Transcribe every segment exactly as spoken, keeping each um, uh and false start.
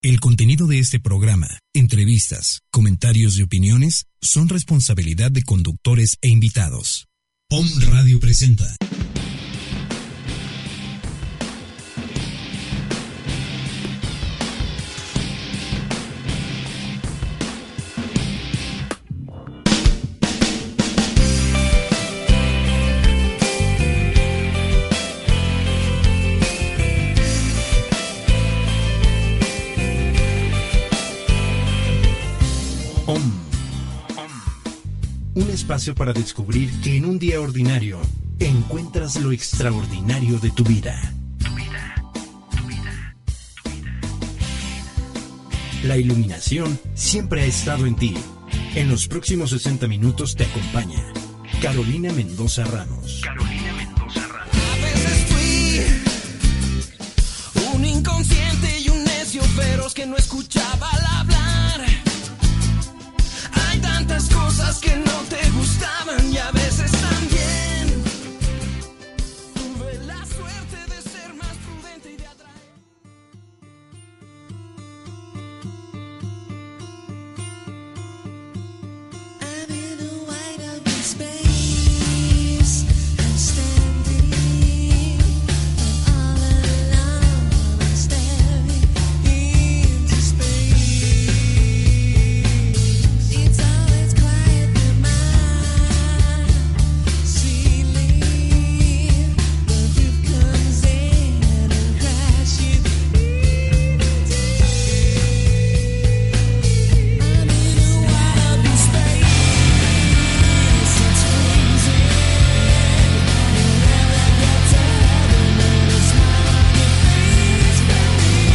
El contenido de este programa, entrevistas, comentarios y opiniones son responsabilidad de conductores e invitados. Om Radio presenta. Un espacio para descubrir que en un día ordinario encuentras lo extraordinario de tu vida. Tu vida, tu vida, tu vida. La iluminación siempre ha estado en ti. En los próximos sesenta minutos te acompaña Carolina Mendoza Ramos. Carolina Mendoza Ramos. A veces fui un inconsciente y un necio feroz que no escuchaba al hablar. Hay tantas cosas que no te gustaban y a veces también tuve la suerte de ser más prudente y de atraer. I'm in a wide open space. I'm standing and all alone. I'm staring into space. It's always quiet in my ceiling. The roof comes in and crashes into. I'm in a wide open space. It's freezing. Whenever I get to heaven, there's a smile on your face for me.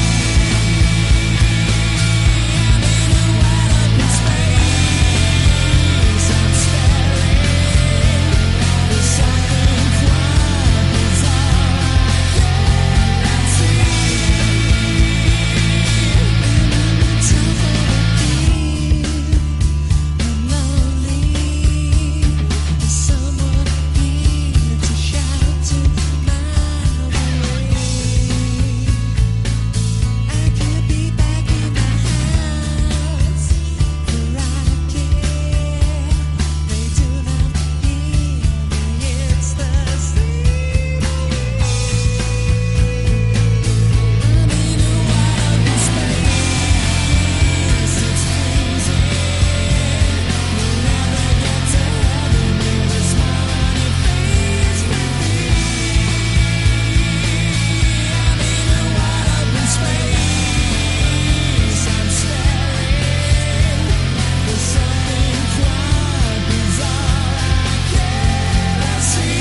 I'm in a wide open space. I'm staring. There's something quite bizarre I cannot see. It's over I'm lonely. There's someone here to shout to my way. I could be back in my house, for I care. They do not hear me. It's the same. I'm in a wide open space. It's freezing. Whenever I get to heaven, there's a smile on your face for me. I'm in a wide open space. I'm staring. There's something quite bizarre I cannot see.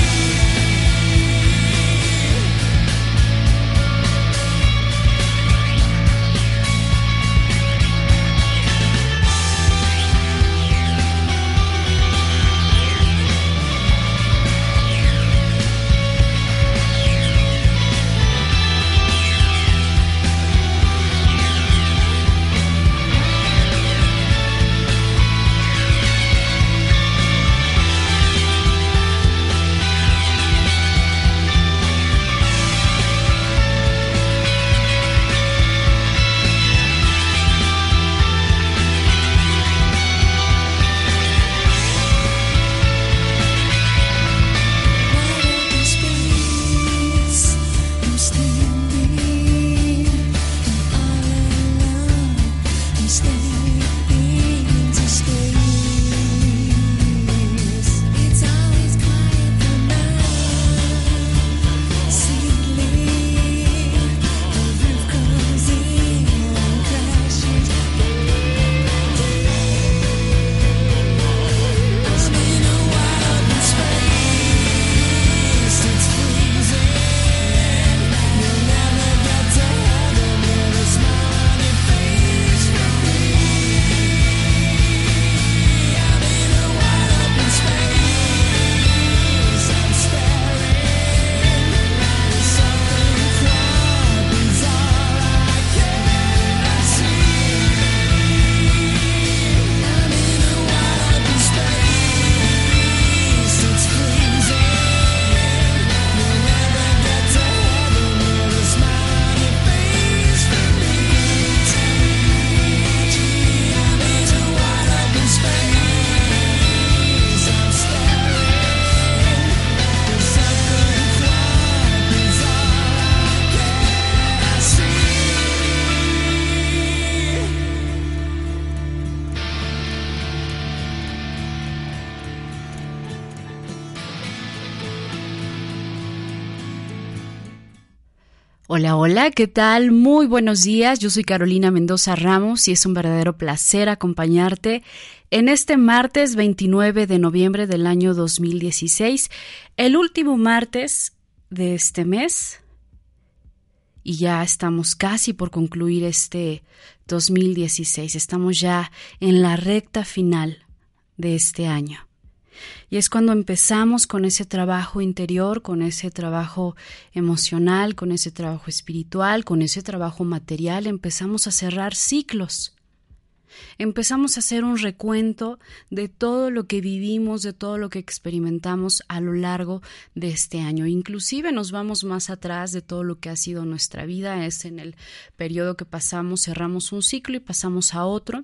I'm standing and all alone. I'm staring into space. It's always quiet in my ceiling. The roof comes in and crashes. I'm in a wide open space. It's freezing. You'll never get to heaven with a smile on your face for me. Hola, hola, ¿qué tal? Muy buenos días, yo soy Carolina Mendoza Ramos y es un verdadero placer acompañarte en este martes veintinueve de noviembre del año dos mil dieciséis, el último martes de este mes, y ya estamos casi por concluir este dos mil dieciséis, estamos ya en la recta final de este año. Y es cuando empezamos con ese trabajo interior, con ese trabajo emocional, con ese trabajo espiritual, con ese trabajo material, empezamos a cerrar ciclos. Empezamos a hacer un recuento de todo lo que vivimos, de todo lo que experimentamos a lo largo de este año. Inclusive nos vamos más atrás de todo lo que ha sido nuestra vida. Es en el periodo que pasamos, cerramos un ciclo y pasamos a otro.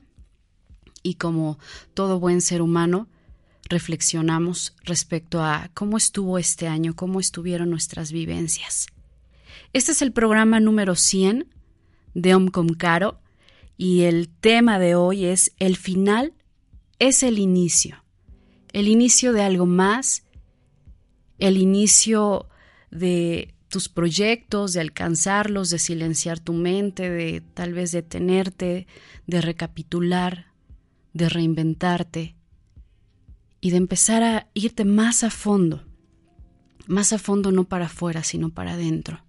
Y como todo buen ser humano, reflexionamos respecto a cómo estuvo este año, cómo estuvieron nuestras vivencias. Este es el programa número cien de Om con Caro y el tema de hoy es: el final es el inicio. El inicio de algo más, el inicio de tus proyectos, de alcanzarlos, de silenciar tu mente, de tal vez detenerte, de recapitular, de reinventarte. Y de empezar a irte más a fondo, más a fondo no para afuera, sino para adentro.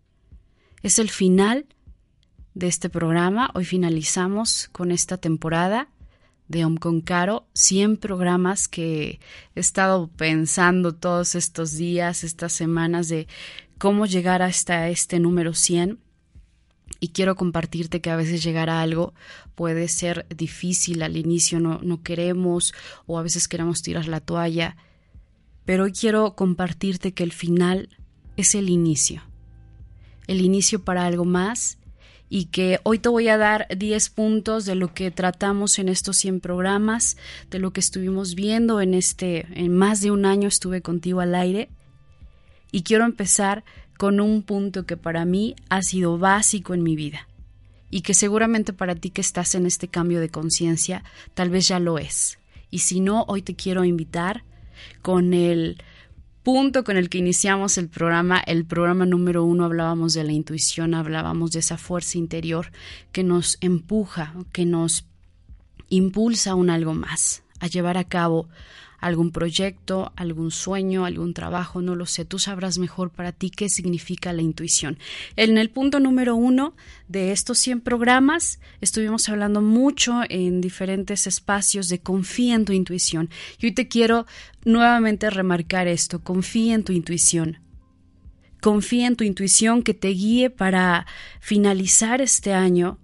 Es el final de este programa. Hoy finalizamos con esta temporada de Om con Caro, cien programas que he estado pensando todos estos días, estas semanas, de cómo llegar hasta este número cien. Y quiero compartirte que a veces llegar a algo puede ser difícil al inicio, no, no queremos, o a veces queremos tirar la toalla, pero hoy quiero compartirte que el final es el inicio, el inicio para algo más, y que hoy te voy a dar diez puntos de lo que tratamos en estos cien programas, de lo que estuvimos viendo en este, en más de un año estuve contigo al aire, y quiero empezar con un punto que para mí ha sido básico en mi vida y que seguramente para ti que estás en este cambio de conciencia tal vez ya lo es. Y si no, hoy te quiero invitar con el punto con el que iniciamos el programa. El programa número uno hablábamos de la intuición, hablábamos de esa fuerza interior que nos empuja, que nos impulsa a un algo más, a llevar a cabo algún proyecto, algún sueño, algún trabajo, no lo sé. Tú sabrás mejor para ti qué significa la intuición. En el punto número uno de estos cien programas estuvimos hablando mucho en diferentes espacios de confía en tu intuición. Y hoy te quiero nuevamente remarcar esto: confía en tu intuición. Confía en tu intuición que te guíe para finalizar este año.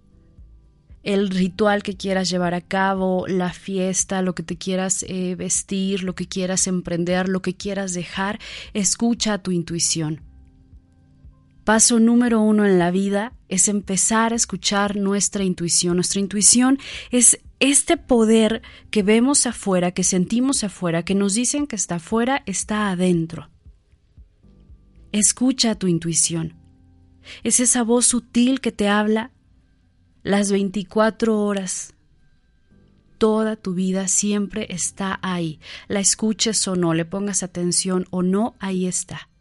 El ritual que quieras llevar a cabo, la fiesta, lo que te quieras eh, vestir, lo que quieras emprender, lo que quieras dejar, escucha a tu intuición. Paso número uno en la vida es empezar a escuchar nuestra intuición. Nuestra intuición es este poder que vemos afuera, que sentimos afuera, que nos dicen que está afuera, está adentro. Escucha a tu intuición. Es esa voz sutil que te habla las veinticuatro horas, toda tu vida siempre está ahí. La escuches o no, le pongas atención o no, ahí está.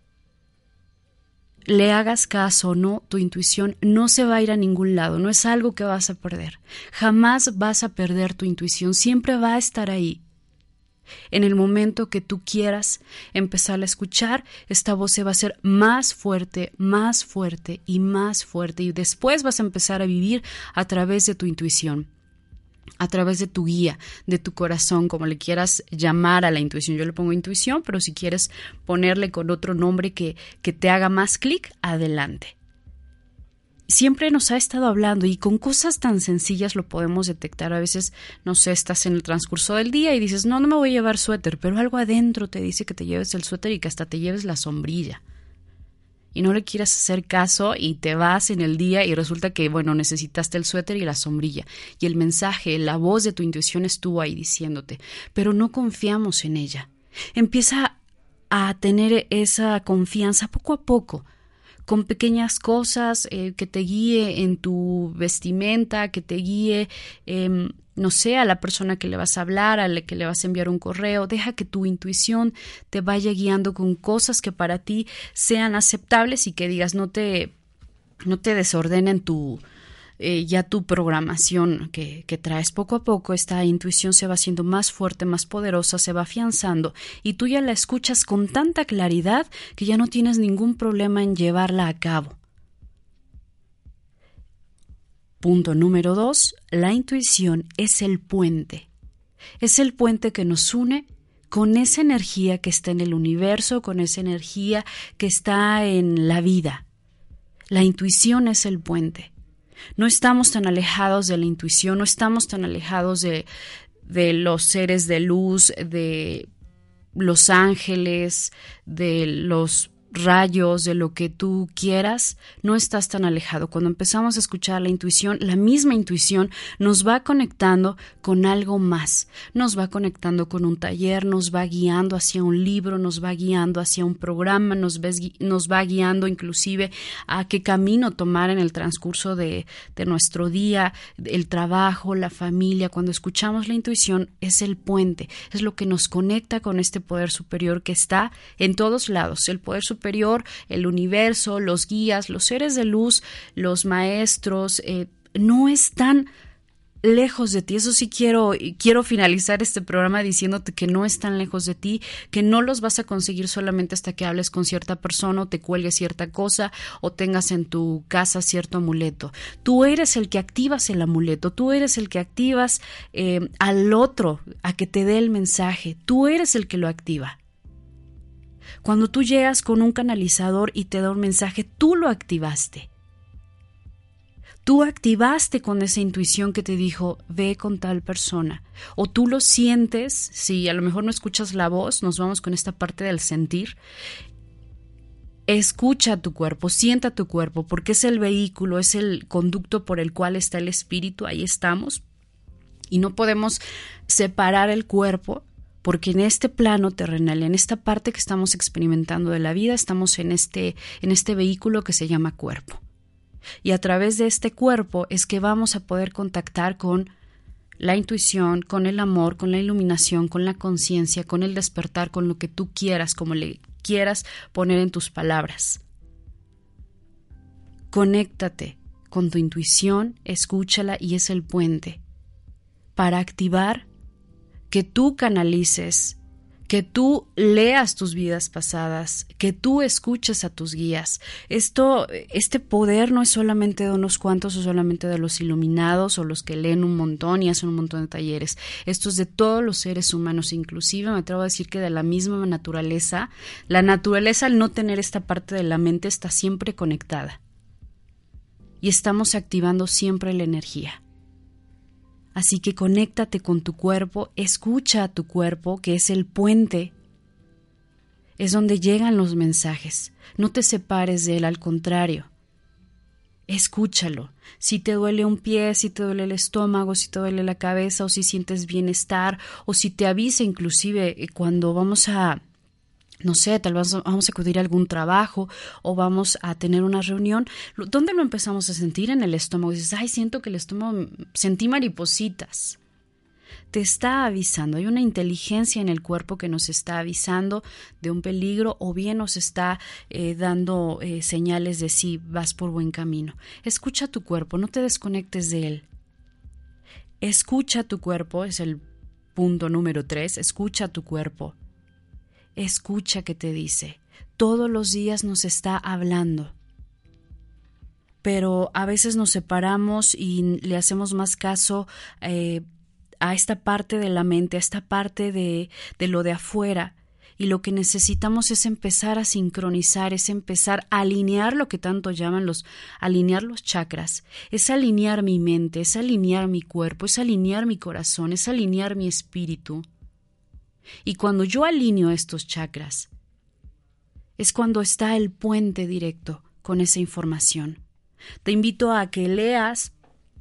Le hagas caso o no, tu intuición no se va a ir a ningún lado, no es algo que vas a perder. Jamás vas a perder tu intuición, siempre va a estar ahí. En el momento que tú quieras empezar a escuchar, esta voz se va a hacer más fuerte, más fuerte y más fuerte, y después vas a empezar a vivir a través de tu intuición, a través de tu guía, de tu corazón, como le quieras llamar a la intuición. Yo le pongo intuición, pero si quieres ponerle con otro nombre que, que te haga más clic, adelante. Siempre nos ha estado hablando, y con cosas tan sencillas lo podemos detectar. A veces, no sé, estás en el transcurso del día y dices, no, no me voy a llevar suéter, pero algo adentro te dice que te lleves el suéter y que hasta te lleves la sombrilla. Y no le quieras hacer caso y te vas en el día y resulta que, bueno, necesitaste el suéter y la sombrilla. Y el mensaje, la voz de tu intuición estuvo ahí diciéndote, pero no confiamos en ella. Empieza a tener esa confianza poco a poco, con pequeñas cosas, eh, que te guíe en tu vestimenta, que te guíe, eh, no sé, a la persona que le vas a hablar, a la que le vas a enviar un correo. Deja que tu intuición te vaya guiando con cosas que para ti sean aceptables y que digas, no te no te desordenen tu, eh, ya tu programación que, que traes. Poco a poco esta intuición se va haciendo más fuerte, más poderosa, se va afianzando y tú ya la escuchas con tanta claridad que ya no tienes ningún problema en llevarla a cabo. Punto número dos, la intuición es el puente. Es el puente que nos une con esa energía que está en el universo, con esa energía que está en la vida. La intuición es el puente. No estamos tan alejados de la intuición, no estamos tan alejados de, de los seres de luz, de los ángeles, de los rayos, de lo que tú quieras, no estás tan alejado. Cuando empezamos a escuchar la intuición, la misma intuición nos va conectando con algo más, nos va conectando con un taller, nos va guiando hacia un libro, nos va guiando hacia un programa, nos, ves, nos va guiando inclusive a qué camino tomar en el transcurso de, de nuestro día, el trabajo, la familia. Cuando escuchamos la intuición es el puente, es lo que nos conecta con este poder superior que está en todos lados, el poder superior superior, el universo, los guías, los seres de luz, los maestros, eh, no están lejos de ti. Eso sí quiero, quiero finalizar este programa diciéndote que no están lejos de ti, que no los vas a conseguir solamente hasta que hables con cierta persona o te cuelgues cierta cosa o tengas en tu casa cierto amuleto. Tú eres el que activas el amuleto, tú eres el que activas eh, al otro a que te dé el mensaje, tú eres el que lo activa. Cuando tú llegas con un canalizador y te da un mensaje, tú lo activaste. Tú activaste con esa intuición que te dijo, ve con tal persona. O tú lo sientes, si a lo mejor no escuchas la voz, nos vamos con esta parte del sentir. Escucha tu cuerpo, sienta tu cuerpo, porque es el vehículo, es el conducto por el cual está el espíritu, ahí estamos. Y no podemos separar el cuerpo, porque en este plano terrenal, en esta parte que estamos experimentando de la vida, estamos en este, en este vehículo que se llama cuerpo. Y a través de este cuerpo es que vamos a poder contactar con la intuición, con el amor, con la iluminación, con la conciencia, con el despertar, con lo que tú quieras, como le quieras poner en tus palabras. Conéctate con tu intuición, escúchala y es el puente para activar que tú canalices, que tú leas tus vidas pasadas, que tú escuches a tus guías. Esto, este poder no es solamente de unos cuantos o solamente de los iluminados o los que leen un montón y hacen un montón de talleres. Esto es de todos los seres humanos, inclusive me atrevo a decir que de la misma naturaleza. La naturaleza, al no tener esta parte de la mente, está siempre conectada. Y estamos activando siempre la energía. Así que conéctate con tu cuerpo, escucha a tu cuerpo, que es el puente, es donde llegan los mensajes. No te separes de él, al contrario, escúchalo. Si te duele un pie, si te duele el estómago, si te duele la cabeza, o si sientes bienestar, o si te avisa inclusive cuando vamos a, no sé, tal vez vamos a acudir a algún trabajo o vamos a tener una reunión, ¿dónde lo empezamos a sentir? En el estómago. Dices, ay, siento que el estómago, sentí maripositas. Te está avisando, hay una inteligencia en el cuerpo que nos está avisando de un peligro o bien nos está eh, dando eh, señales de si vas por buen camino. Escucha tu cuerpo, no te desconectes de él. Escucha tu cuerpo, es el punto número tres, escucha tu cuerpo. Escucha qué te dice. Todos los días nos está hablando. Pero a veces nos separamos y le hacemos más caso eh, a esta parte de la mente, a esta parte de, de lo de afuera. Y lo que necesitamos es empezar a sincronizar, es empezar a alinear lo que tanto llaman los, alinear los chakras. Es alinear mi mente, es alinear mi cuerpo, es alinear mi corazón, es alinear mi espíritu. Y cuando yo alineo estos chakras, es cuando está el puente directo con esa información. Te invito a que leas,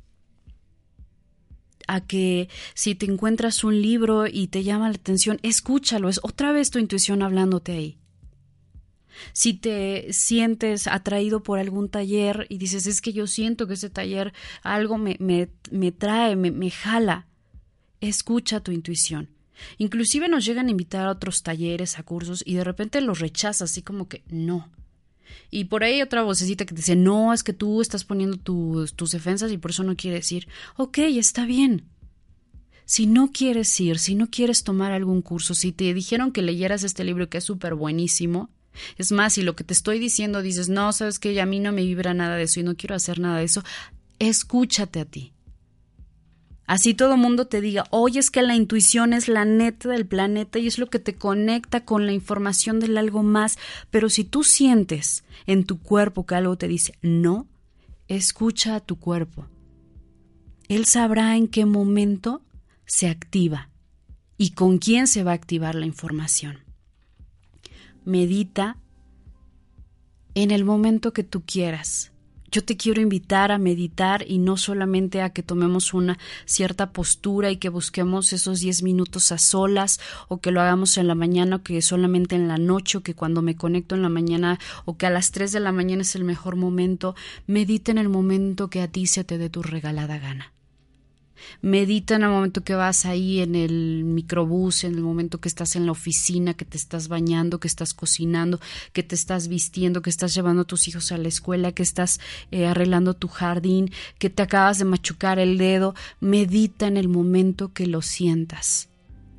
a que si te encuentras un libro y te llama la atención, escúchalo, es otra vez tu intuición hablándote ahí. Si te sientes atraído por algún taller y dices, es que yo siento que ese taller algo me, me, me trae, me, me jala, escucha tu intuición. Inclusive nos llegan a invitar a otros talleres, a cursos, y de repente los rechazas, así como que no. Y por ahí hay otra vocecita que te dice, no, es que tú estás poniendo tus, tus defensas y por eso no quieres ir. Ok, está bien. Si no quieres ir, si no quieres tomar algún curso, si te dijeron que leyeras este libro que es súper buenísimo, es más, si lo que te estoy diciendo dices, no, sabes que a mí no me vibra nada de eso y no quiero hacer nada de eso, escúchate a ti. Así todo mundo te diga, oye, es que la intuición es la neta del planeta y es lo que te conecta con la información del algo más. Pero si tú sientes en tu cuerpo que algo te dice no, escucha a tu cuerpo. Él sabrá en qué momento se activa y con quién se va a activar la información. Medita en el momento que tú quieras. Yo te quiero invitar a meditar y no solamente a que tomemos una cierta postura y que busquemos esos diez minutos a solas o que lo hagamos en la mañana o que solamente en la noche o que cuando me conecto en la mañana o que a las tres de la mañana es el mejor momento. Medita en el momento que a ti se te dé tu regalada gana. Medita en el momento que vas ahí en el microbús, en el momento que estás en la oficina, que te estás bañando, que estás cocinando, que te estás vistiendo, que estás llevando a tus hijos a la escuela, que estás eh, arreglando tu jardín, que te acabas de machucar el dedo. Medita en el momento que lo sientas.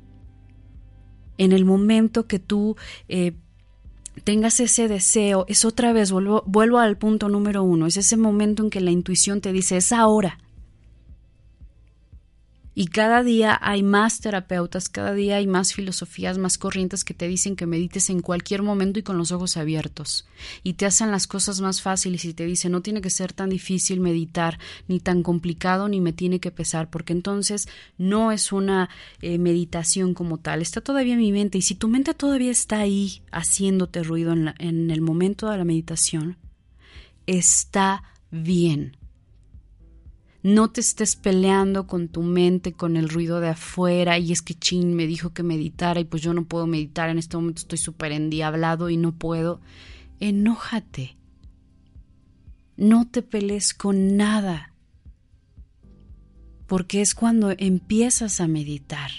En el momento que tú eh, tengas ese deseo, es otra vez, vuelvo, vuelvo al punto número uno, es ese momento en que la intuición te dice, es ahora. Y cada día hay más terapeutas, cada día hay más filosofías, más corrientes que te dicen que medites en cualquier momento y con los ojos abiertos. Y te hacen las cosas más fáciles y te dicen no tiene que ser tan difícil meditar, ni tan complicado, ni me tiene que pesar, porque entonces no es una eh, meditación como tal. Está todavía en mi mente y si tu mente todavía está ahí haciéndote ruido en, la, en el momento de la meditación, está bien. No te estés peleando con tu mente, con el ruido de afuera, y es que chin me dijo que meditara y pues yo no puedo meditar, en este momento estoy súper endiablado y no puedo. Enójate. No te pelees con nada, porque es cuando empiezas a meditar.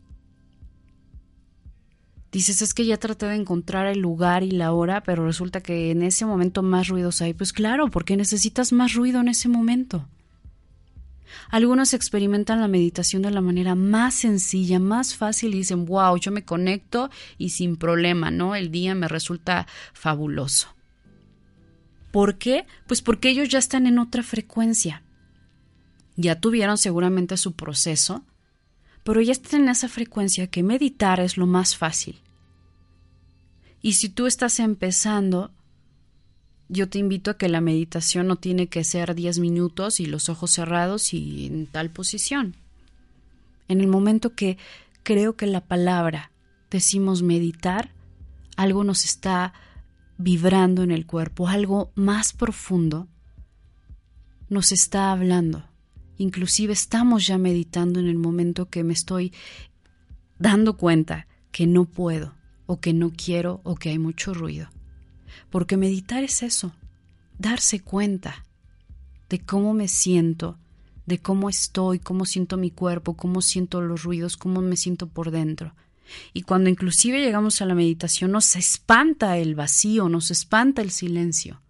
Dices, es que ya traté de encontrar el lugar y la hora, pero resulta que en ese momento más ruidos hay. Pues claro, porque necesitas más ruido en ese momento. Algunos experimentan la meditación de la manera más sencilla, más fácil y dicen, wow, yo me conecto y sin problema, ¿no? El día me resulta fabuloso. ¿Por qué? Pues porque ellos ya están en otra frecuencia. Ya tuvieron seguramente su proceso, pero ya están en esa frecuencia que meditar es lo más fácil. Y si tú estás empezando, yo te invito a que la meditación no tiene que ser diez minutos y los ojos cerrados y en tal posición. En el momento que creo que la palabra decimos meditar, algo nos está vibrando en el cuerpo, algo más profundo nos está hablando. Inclusive estamos ya meditando en el momento que me estoy dando cuenta que no puedo o que no quiero o que hay mucho ruido. Porque meditar es eso, darse cuenta de cómo me siento, de cómo estoy, cómo siento mi cuerpo, cómo siento los ruidos, cómo me siento por dentro. Y cuando inclusive llegamos a la meditación nos espanta el vacío, nos espanta el silencio.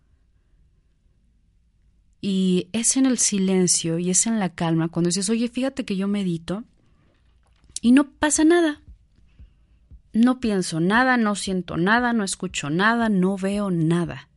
Y es en el silencio y es en la calma cuando dices, oye, fíjate que yo medito y no pasa nada. No pienso nada, no siento nada, no escucho nada, no veo nada.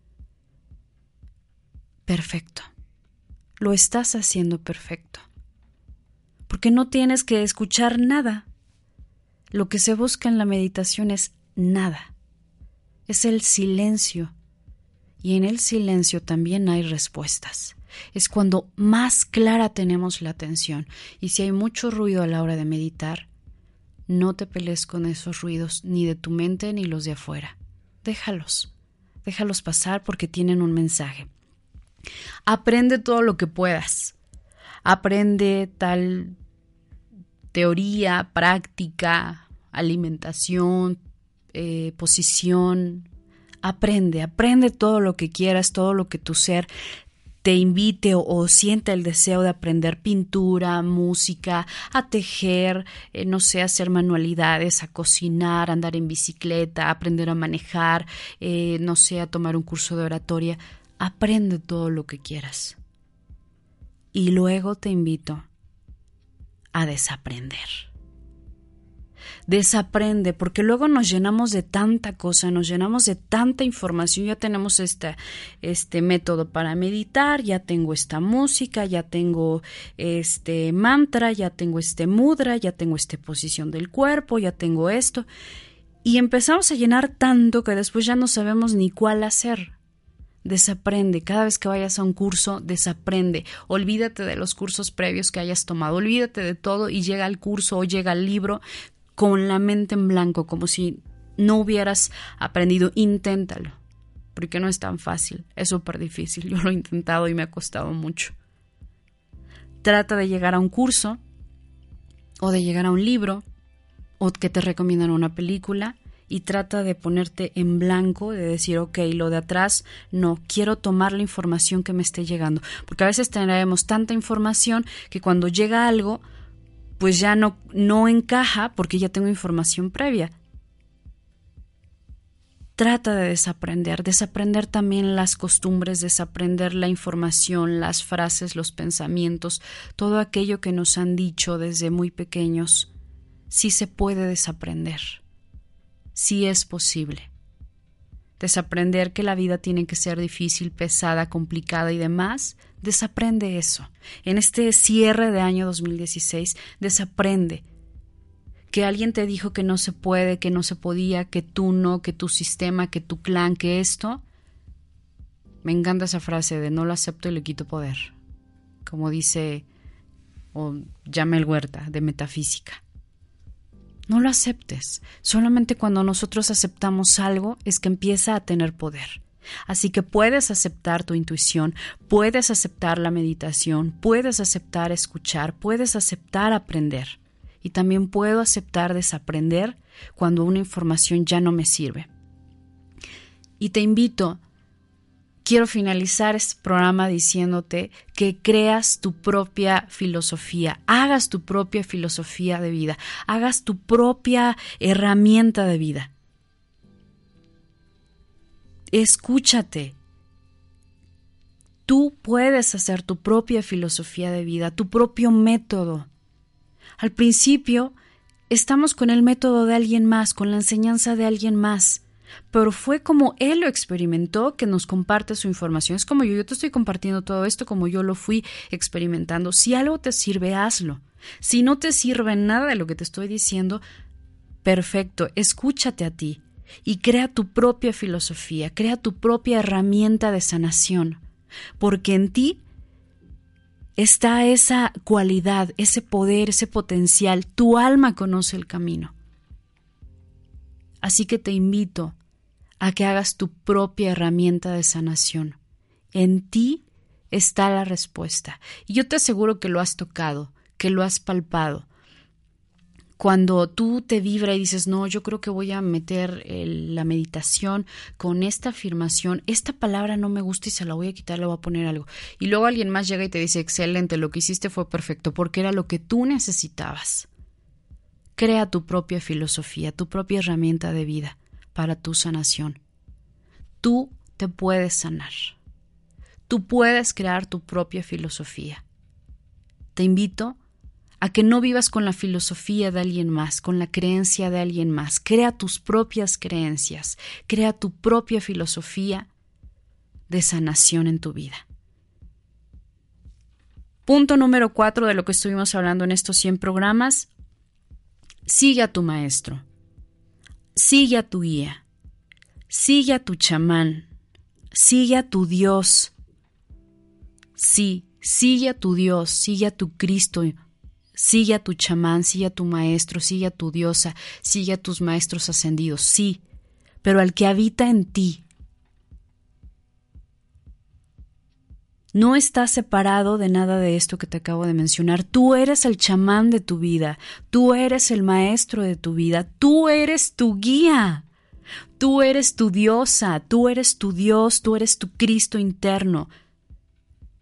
Perfecto. Lo estás haciendo perfecto. Porque no tienes que escuchar nada. Lo que se busca en la meditación es nada. Es el silencio. Y en el silencio también hay respuestas. Es cuando más clara tenemos la atención. Y si hay mucho ruido a la hora de meditar, no te pelees con esos ruidos, ni de tu mente ni los de afuera. Déjalos, déjalos pasar porque tienen un mensaje. Aprende todo lo que puedas. Aprende tal teoría, práctica, alimentación, eh, posición. Aprende, aprende todo lo que quieras, todo lo que tu ser te invite o, o sienta el deseo de aprender pintura, música, a tejer, eh, no sé, hacer manualidades, a cocinar, a andar en bicicleta, a aprender a manejar, eh, no sé, a tomar un curso de oratoria, aprende todo lo que quieras. Y luego te invito a desaprender. Desaprende, porque luego nos llenamos de tanta cosa, nos llenamos de tanta información. Ya tenemos este, este método para meditar, ya tengo esta música, ya tengo este mantra, ya tengo este mudra, ya tengo esta posición del cuerpo, ya tengo esto. Y empezamos a llenar tanto que después ya no sabemos ni cuál hacer. Desaprende. Cada vez que vayas a un curso, desaprende. Olvídate de los cursos previos que hayas tomado, olvídate de todo y llega al curso o llega al libro con la mente en blanco, como si no hubieras aprendido. Inténtalo, porque no es tan fácil, es súper difícil. Yo lo he intentado y me ha costado mucho. Trata de llegar a un curso o de llegar a un libro o que te recomiendan una película y trata de ponerte en blanco, de decir, ok, lo de atrás, no, quiero tomar la información que me esté llegando, porque a veces tenemos tanta información que cuando llega algo, pues ya no, no encaja porque ya tengo información previa. Trata de desaprender, desaprender también las costumbres, desaprender la información, las frases, los pensamientos, todo aquello que nos han dicho desde muy pequeños. Sí se puede desaprender, sí es posible. Desaprender que la vida tiene que ser difícil, pesada, complicada y demás, desaprende eso. En este cierre de año dos mil dieciséis, desaprende que alguien te dijo que no se puede, que no se podía, que tú no, que tu sistema, que tu clan, que esto. Me encanta esa frase de no lo acepto y le quito poder, como dice o Yamel Huerta de Metafísica. No lo aceptes. Solamente cuando nosotros aceptamos algo es que empieza a tener poder. Así que puedes aceptar tu intuición, puedes aceptar la meditación, puedes aceptar escuchar, puedes aceptar aprender. Y también puedo aceptar desaprender cuando una información ya no me sirve. Y te invito, quiero finalizar este programa diciéndote que creas tu propia filosofía, hagas tu propia filosofía de vida, hagas tu propia herramienta de vida. Escúchate. Tú puedes hacer tu propia filosofía de vida, tu propio método. Al principio estamos con el método de alguien más, con la enseñanza de alguien más, pero fue como él lo experimentó que nos comparte su información. Es como yo, yo te estoy compartiendo todo esto como yo lo fui experimentando. Si algo te sirve, hazlo. Si no te sirve nada de lo que te estoy diciendo, perfecto, escúchate a ti y crea tu propia filosofía, crea tu propia herramienta de sanación, porque en ti está esa cualidad, ese poder, ese potencial. Tu alma conoce el camino. Así que te invito a que hagas tu propia herramienta de sanación. En ti está la respuesta. Y yo te aseguro que lo has tocado, que lo has palpado. Cuando tú te vibra y dices, no, yo creo que voy a meter el, la meditación con esta afirmación, esta palabra no me gusta y se la voy a quitar, le voy a poner algo. Y luego alguien más llega y te dice, excelente, lo que hiciste fue perfecto, porque era lo que tú necesitabas. Crea tu propia filosofía, tu propia herramienta de vida para tu sanación. Tú te puedes sanar. Tú puedes crear tu propia filosofía. Te invito a que no vivas con la filosofía de alguien más, con la creencia de alguien más. Crea tus propias creencias, crea tu propia filosofía de sanación en tu vida. Punto número cuatro de lo que estuvimos hablando en estos cien programas. Sigue a tu maestro, sigue a tu guía, sigue a tu chamán, sigue a tu Dios. Sí, sigue a tu Dios, sigue a tu Cristo. Sigue a tu chamán, sigue a tu maestro, sigue a tu diosa, sigue a tus maestros ascendidos, sí, pero al que habita en ti. No estás separado de nada de esto que te acabo de mencionar. Tú eres el chamán de tu vida, tú eres el maestro de tu vida, tú eres tu guía, tú eres tu diosa, tú eres tu Dios, tú eres tu Cristo interno.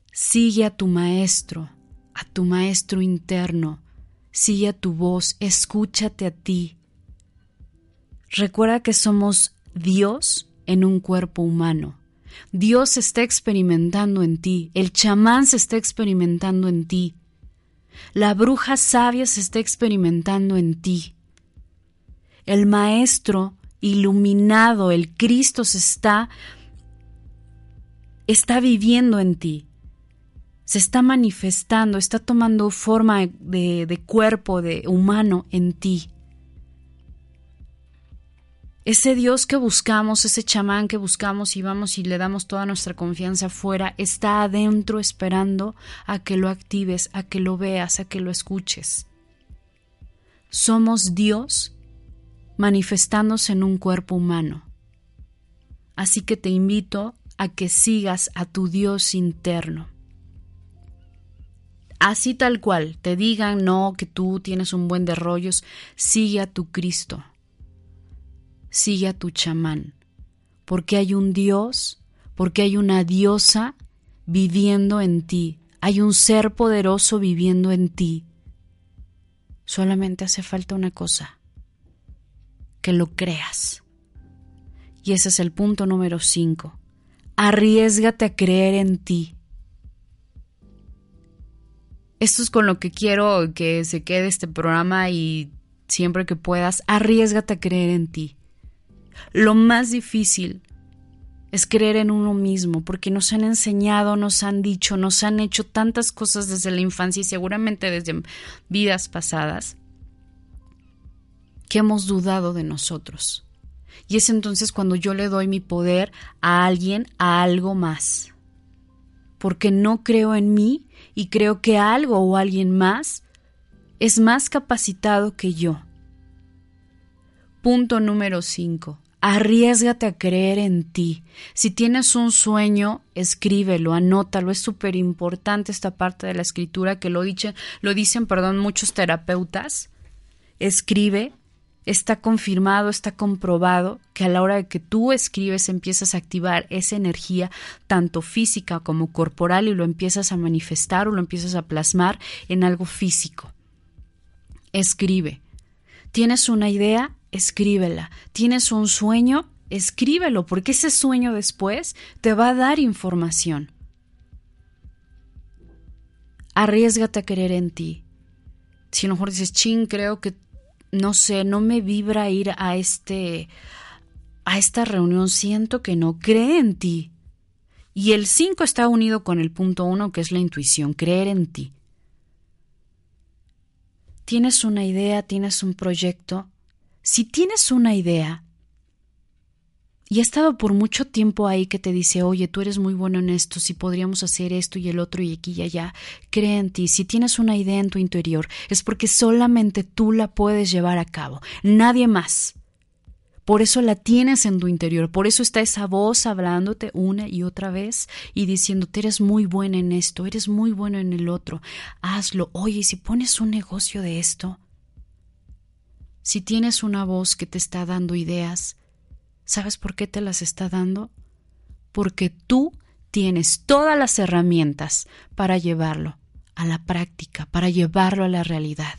Sigue a tu maestro, a tu maestro interno. Sigue a tu voz, escúchate a ti. Recuerda que somos Dios en un cuerpo humano. Dios se está experimentando en ti, el chamán se está experimentando en ti, la bruja sabia se está experimentando en ti, el maestro iluminado, el Cristo se está, está viviendo en ti, se está manifestando, está tomando forma de, de cuerpo, de humano en ti. Ese Dios que buscamos, ese chamán que buscamos y vamos y le damos toda nuestra confianza afuera, está adentro esperando a que lo actives, a que lo veas, a que lo escuches. Somos Dios manifestándose en un cuerpo humano. Así que te invito a que sigas a tu Dios interno. Así tal cual, te digan no, que tú tienes un buen de rollos, sigue a tu Cristo. Sigue a tu chamán, porque hay un Dios, porque hay una diosa viviendo en ti, hay un ser poderoso viviendo en ti. Solamente hace falta una cosa, que lo creas. Y ese es el punto número cinco. Arriésgate a creer en ti. Esto es con lo que quiero que se quede este programa y siempre que puedas, arriésgate a creer en ti. Lo más difícil es creer en uno mismo, porque nos han enseñado, nos han dicho, nos han hecho tantas cosas desde la infancia y seguramente desde vidas pasadas que hemos dudado de nosotros. Y es entonces cuando yo le doy mi poder a alguien, a algo más, porque no creo en mí y creo que algo o alguien más es más capacitado que yo. Punto número cinco. Arriésgate a creer en ti. Si tienes un sueño, escríbelo, anótalo. Es súper importante esta parte de la escritura que lo dicen, lo dicen, perdón, muchos terapeutas. Escribe, está confirmado, está comprobado que a la hora de que tú escribes empiezas a activar esa energía tanto física como corporal y lo empiezas a manifestar o lo empiezas a plasmar en algo físico. Escribe. ¿Tienes una idea? Escríbela. ¿Tienes un sueño? Escríbelo, porque ese sueño después te va a dar información. Arriésgate a creer en ti. Si a lo mejor dices, chin, creo que, no sé, no me vibra ir a este, a esta reunión, siento que no, cree en ti. Y el cinco está unido con el punto uno, que es la intuición, creer en ti. ¿Tienes una idea? ¿Tienes un proyecto? Si tienes una idea y ha estado por mucho tiempo ahí que te dice, oye, tú eres muy bueno en esto, si podríamos hacer esto y el otro y aquí y allá, cree en ti. Si tienes una idea en tu interior, es porque solamente tú la puedes llevar a cabo, nadie más. Por eso la tienes en tu interior, por eso está esa voz hablándote una y otra vez y diciéndote, eres muy buena en esto, eres muy bueno en el otro, hazlo. Oye, ¿y si pones un negocio de esto? Si tienes una voz que te está dando ideas, ¿sabes por qué te las está dando? Porque tú tienes todas las herramientas para llevarlo a la práctica, para llevarlo a la realidad.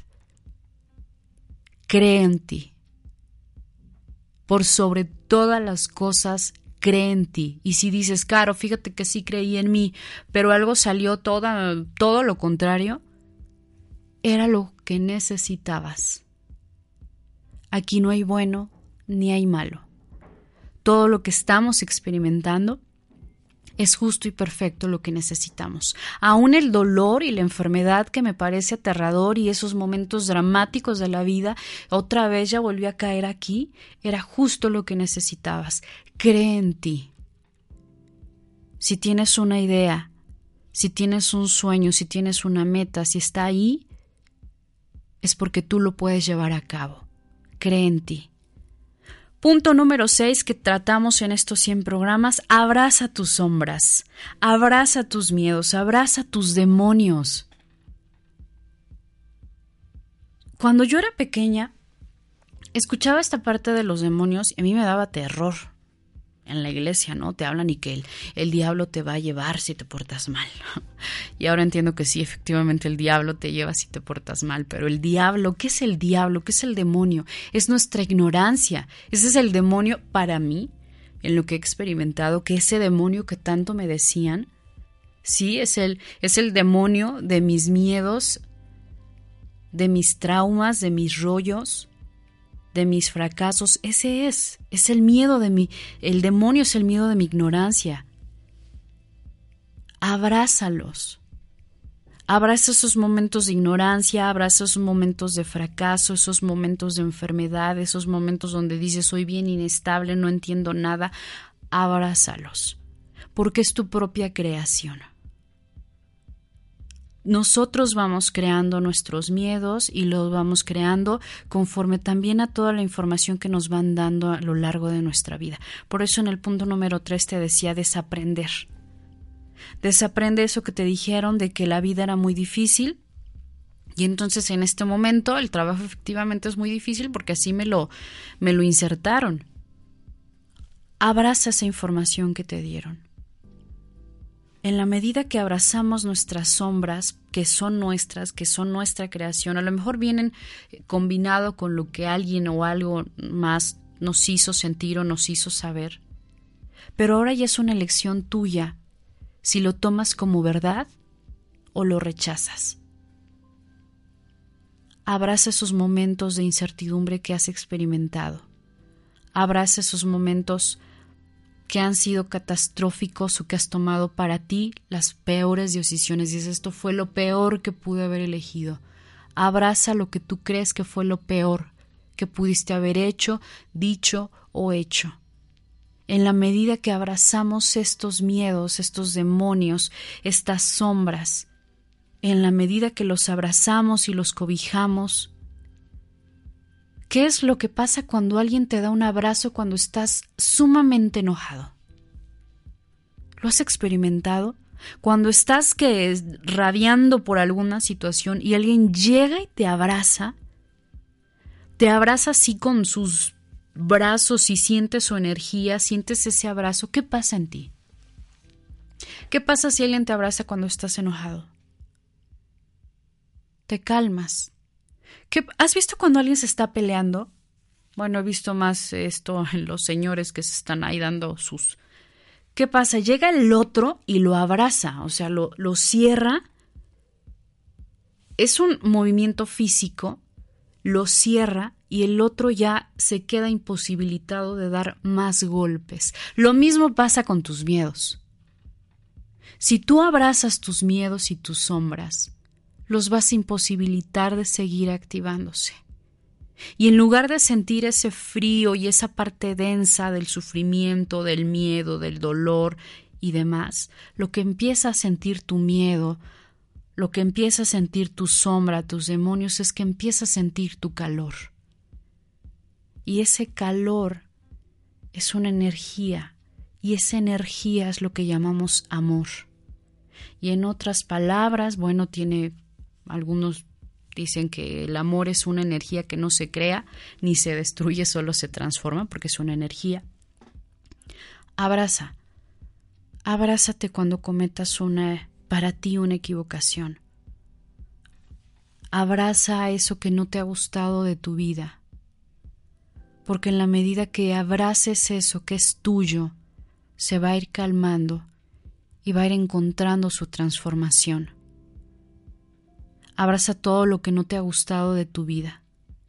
Cree en ti. Por sobre todas las cosas, cree en ti. Y si dices, Caro, fíjate que sí creí en mí, pero algo salió toda, todo lo contrario, era lo que necesitabas. Aquí no hay bueno ni hay malo. Todo lo que estamos experimentando es justo y perfecto lo que necesitamos. Aún el dolor y la enfermedad que me parece aterrador y esos momentos dramáticos de la vida, otra vez ya volví a caer aquí, era justo lo que necesitabas. Cree en ti. Si tienes una idea, si tienes un sueño, si tienes una meta, si está ahí, es porque tú lo puedes llevar a cabo. Cree en ti. Punto número seis que tratamos en estos cien programas, abraza tus sombras, abraza tus miedos, abraza tus demonios. Cuando yo era pequeña, escuchaba esta parte de los demonios y a mí me daba terror. en la iglesia, ¿no? Te hablan y que el, el diablo te va a llevar si te portas mal. Y ahora entiendo que sí, efectivamente el diablo te lleva si te portas mal, pero el diablo, ¿qué es el diablo? ¿Qué es el demonio? Es nuestra ignorancia. Ese es el demonio para mí, en lo que he experimentado, que ese demonio que tanto me decían, sí, es el, es el demonio de mis miedos, de mis traumas, de mis rollos, de mis fracasos. Ese es, es el miedo de mi, el demonio es el miedo de mi ignorancia. Abrázalos. Abraza esos momentos de ignorancia, abraza esos momentos de fracaso, esos momentos de enfermedad, esos momentos donde dices soy bien inestable, no entiendo nada. Abrázalos, porque es tu propia creación. Nosotros vamos creando nuestros miedos y los vamos creando conforme también a toda la información que nos van dando a lo largo de nuestra vida. Por eso en el punto número tres te decía desaprender. Desaprende eso que te dijeron de que la vida era muy difícil y entonces en este momento el trabajo efectivamente es muy difícil porque así me lo, me lo insertaron. Abraza esa información que te dieron. En la medida que abrazamos nuestras sombras, que son nuestras, que son nuestra creación, a lo mejor vienen combinado con lo que alguien o algo más nos hizo sentir o nos hizo saber. Pero ahora ya es una elección tuya si lo tomas como verdad o lo rechazas. Abraza esos momentos de incertidumbre que has experimentado. Abraza esos momentos que han sido catastróficos o que has tomado para ti las peores decisiones. Dices, esto fue lo peor que pude haber elegido. Abraza lo que tú crees que fue lo peor que pudiste haber hecho, dicho o hecho. En la medida que abrazamos estos miedos, estos demonios, estas sombras, en la medida que los abrazamos y los cobijamos, ¿qué es lo que pasa cuando alguien te da un abrazo cuando estás sumamente enojado? ¿Lo has experimentado? Cuando estás que es, rabiando por alguna situación y alguien llega y te abraza, te abraza así con sus brazos y sientes su energía, sientes ese abrazo, ¿qué pasa en ti? ¿Qué pasa si alguien te abraza cuando estás enojado? Te calmas. ¿Qué, ¿Has visto cuando alguien se está peleando? Bueno, he visto más esto en los señores que se están ahí dando sus... ¿Qué pasa? Llega el otro y lo abraza, o sea, lo, lo cierra. Es un movimiento físico, lo cierra y el otro ya se queda imposibilitado de dar más golpes. Lo mismo pasa con tus miedos. Si tú abrazas tus miedos y tus sombras, los vas a imposibilitar de seguir activándose. Y en lugar de sentir ese frío y esa parte densa del sufrimiento, del miedo, del dolor y demás, lo que empieza a sentir tu miedo, lo que empieza a sentir tu sombra, tus demonios, es que empieza a sentir tu calor. Y ese calor es una energía, y esa energía es lo que llamamos amor. Y en otras palabras, bueno, tiene... Algunos dicen que el amor es una energía que no se crea ni se destruye, solo se transforma porque es una energía. Abraza. Abrázate cuando cometas una, para ti una equivocación. Abraza eso que no te ha gustado de tu vida. Porque en la medida que abraces eso que es tuyo, se va a ir calmando y va a ir encontrando su transformación. Abraza todo lo que no te ha gustado de tu vida.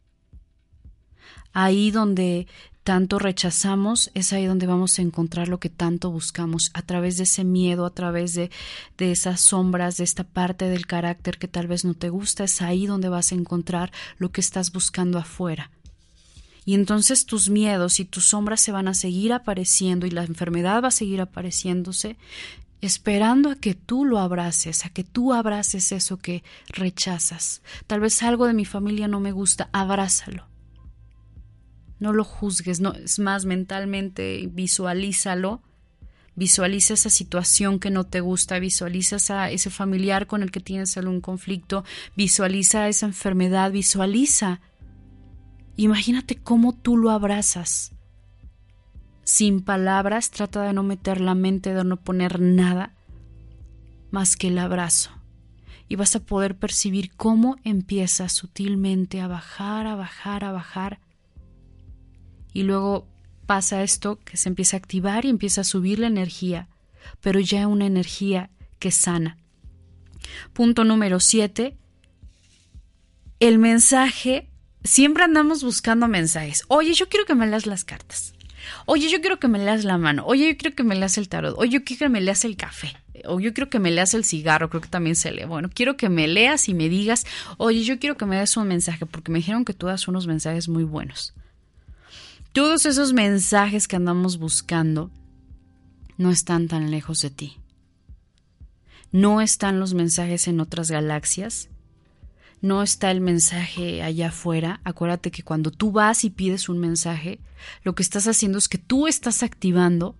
Ahí donde tanto rechazamos, es ahí donde vamos a encontrar lo que tanto buscamos, a través de ese miedo, a través de, de esas sombras, de esta parte del carácter que tal vez no te gusta, es ahí donde vas a encontrar lo que estás buscando afuera. Y entonces tus miedos y tus sombras se van a seguir apareciendo y la enfermedad va a seguir apareciéndose, esperando a que tú lo abraces, a que tú abraces eso que rechazas. Tal vez algo de mi familia no me gusta, abrázalo. No lo juzgues, no, es más, mentalmente visualízalo, visualiza esa situación que no te gusta, visualiza esa, ese familiar con el que tienes algún conflicto, visualiza esa enfermedad, visualiza. Imagínate cómo tú lo abrazas. sin palabras, trata de no meter la mente, de no poner nada más que el abrazo. Y vas a poder percibir cómo empieza sutilmente a bajar, a bajar, a bajar. Y luego pasa esto que se empieza a activar y empieza a subir la energía, pero ya una energía que sana. Punto número siete. El mensaje. Siempre andamos buscando mensajes. Oye, yo quiero que me leas las cartas. Oye, yo quiero que me leas la mano. Oye, yo quiero que me leas el tarot. Oye, yo quiero que me leas el café. O yo quiero que me leas el cigarro. Creo que también se lee. Bueno, quiero que me leas y me digas, oye, yo quiero que me des un mensaje, porque me dijeron que tú das unos mensajes muy buenos. Todos esos mensajes que andamos buscando no están tan lejos de ti. No están los mensajes en otras galaxias. No está el mensaje allá afuera. Acuérdate que cuando tú vas y pides un mensaje, lo que estás haciendo es que tú estás activando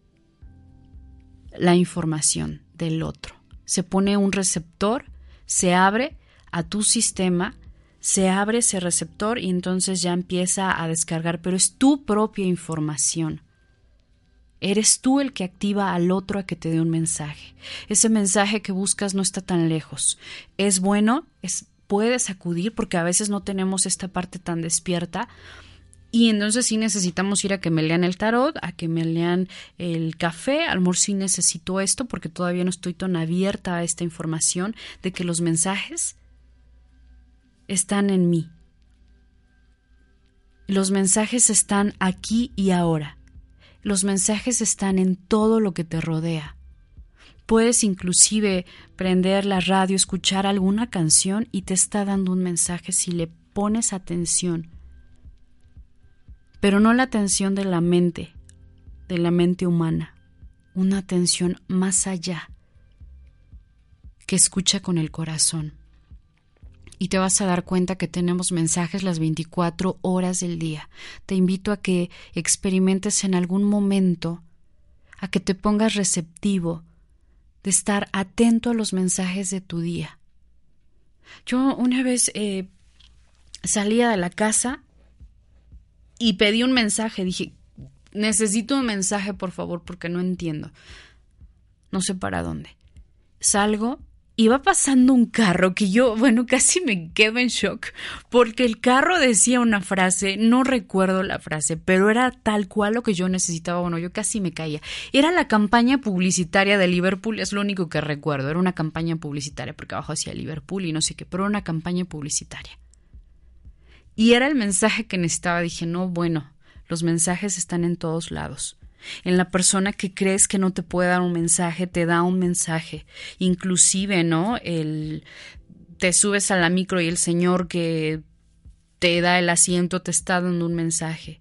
la información del otro. Se pone un receptor, se abre a tu sistema, se abre ese receptor y entonces ya empieza a descargar, pero es tu propia información. Eres tú el que activa al otro a que te dé un mensaje. Ese mensaje que buscas no está tan lejos. Es bueno, es puedes acudir porque a veces no tenemos esta parte tan despierta y entonces sí necesitamos ir a que me lean el tarot, a que me lean el café. A lo mejor sí necesito esto porque todavía no estoy tan abierta a esta información de que los mensajes están en mí. Los mensajes están aquí y ahora. Los mensajes están en todo lo que te rodea. Puedes inclusive prender la radio, escuchar alguna canción y te está dando un mensaje si le pones atención. Pero no la atención de la mente, de la mente humana. Una atención más allá, que escucha con el corazón. Y te vas a dar cuenta que tenemos mensajes las veinticuatro horas del día. Te invito a que experimentes en algún momento, a que te pongas receptivo, de estar atento a los mensajes de tu día. Yo una vez eh, salía de la casa y pedí un mensaje. Dije, necesito un mensaje, por favor, porque no entiendo. No sé para dónde. Salgo y va pasando un carro que yo, bueno, casi me quedo en shock porque el carro decía una frase, no recuerdo la frase, pero era tal cual lo que yo necesitaba. Bueno, yo casi me caía. Era la campaña publicitaria de Liverpool, es lo único que recuerdo. Era una campaña publicitaria porque abajo decía Liverpool y no sé qué, pero era una campaña publicitaria. Y era el mensaje que necesitaba. Dije, no, bueno, los mensajes están en todos lados. En la persona que crees que no te puede dar un mensaje, te da un mensaje. Inclusive, ¿no? El, te subes a la micro y el señor que te da el asiento te está dando un mensaje.